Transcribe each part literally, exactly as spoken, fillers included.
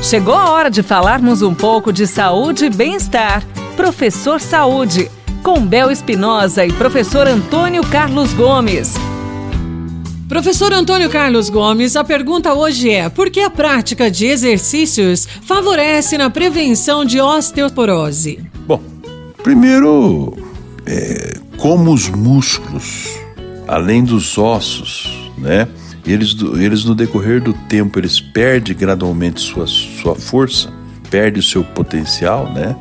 Chegou a hora de falarmos um pouco de saúde e bem-estar. Professor Saúde, com Bel Espinosa e professor Antônio Carlos Gomes. Professor Antônio Carlos Gomes, a pergunta hoje é: por que a prática de exercícios favorece na prevenção de osteoporose? Bom, primeiro, é, como os músculos, além dos ossos, né? Eles, eles no decorrer do tempo, eles perdem gradualmente sua, sua força, perdem o seu potencial, né?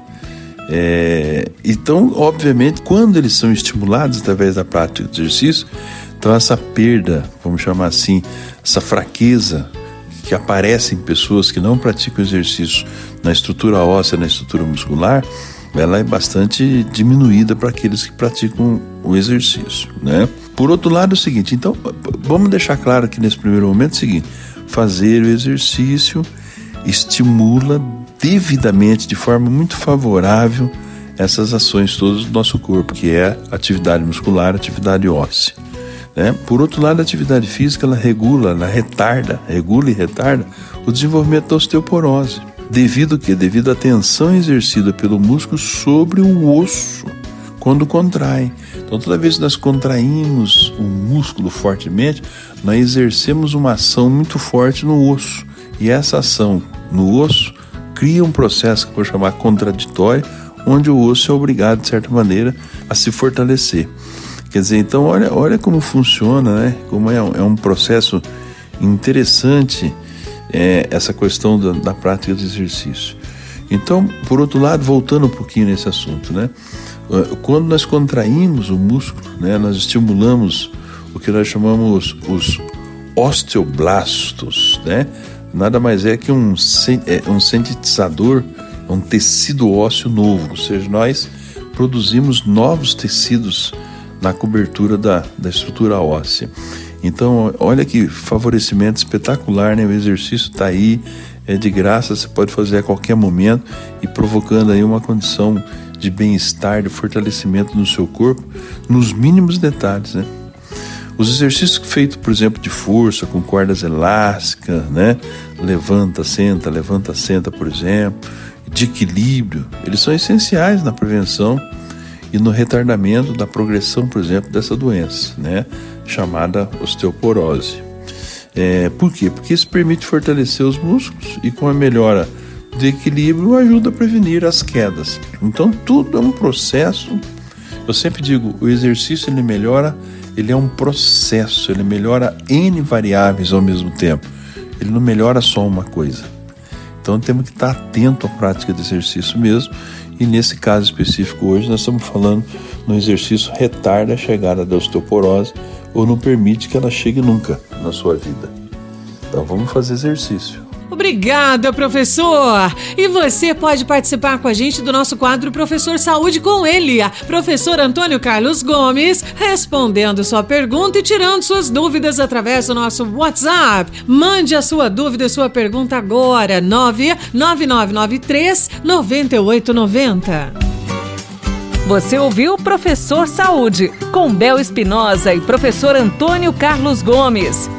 É, então, obviamente, quando eles são estimulados através da prática de exercício, então essa perda, vamos chamar assim, essa fraqueza que aparece em pessoas que não praticam exercício na estrutura óssea, na estrutura muscular, ela é bastante diminuída para aqueles que praticam o exercício, né? Por outro lado, é o seguinte, então, vamos deixar claro aqui nesse primeiro momento o seguinte: fazer o exercício estimula devidamente, de forma muito favorável, essas ações todas do nosso corpo, que é atividade muscular, atividade óssea, né? Por outro lado, a atividade física, ela regula, ela retarda, regula e retarda o desenvolvimento da osteoporose. Devido a quê? Devido à tensão exercida pelo músculo sobre o osso quando contrai. Então, toda vez que nós contraímos o músculo fortemente, nós exercemos uma ação muito forte no osso. E essa ação no osso cria um processo que eu vou chamar contraditório, onde o osso é obrigado, de certa maneira, a se fortalecer. Quer dizer, então, olha, olha como funciona, né? Como é, é um processo interessante, é, essa questão da, da prática de exercício. Então, por outro lado, voltando um pouquinho nesse assunto, né? Quando nós contraímos o músculo, né, nós estimulamos o que nós chamamos os osteoblastos, né? Nada mais é que um, um sintetizador, um tecido ósseo novo, ou seja, nós produzimos novos tecidos na cobertura da, da estrutura óssea. Então, olha que favorecimento espetacular, né? O exercício está aí, é de graça, você pode fazer a qualquer momento e provocando aí uma condição de bem-estar, de fortalecimento no seu corpo, nos mínimos detalhes, né? Os exercícios feitos, por exemplo, de força, com cordas elásticas, né? Levanta, senta, levanta, senta, por exemplo, de equilíbrio, eles são essenciais na prevenção e no retardamento da progressão, por exemplo, dessa doença, né? Chamada osteoporose. É, por quê? Porque isso permite fortalecer os músculos e, com a melhora de equilíbrio, ajuda a prevenir as quedas. Então, tudo é um processo. Eu sempre digo, o exercício ele melhora, ele é um processo, ele melhora N variáveis ao mesmo tempo. Ele não melhora só uma coisa. Então, temos que estar atento à prática de exercício mesmo. E nesse caso específico hoje, nós estamos falando no exercício retarda a chegada da osteoporose ou não permite que ela chegue nunca na sua vida. Então, vamos fazer exercício. Obrigada, professor! E você pode participar com a gente do nosso quadro Professor Saúde com ele, professor Antônio Carlos Gomes, respondendo sua pergunta e tirando suas dúvidas através do nosso WhatsApp. Mande a sua dúvida e sua pergunta agora, nove nove nove nove três nove oito nove zero. Você ouviu Professor Saúde, com Bel Espinosa e professor Antônio Carlos Gomes.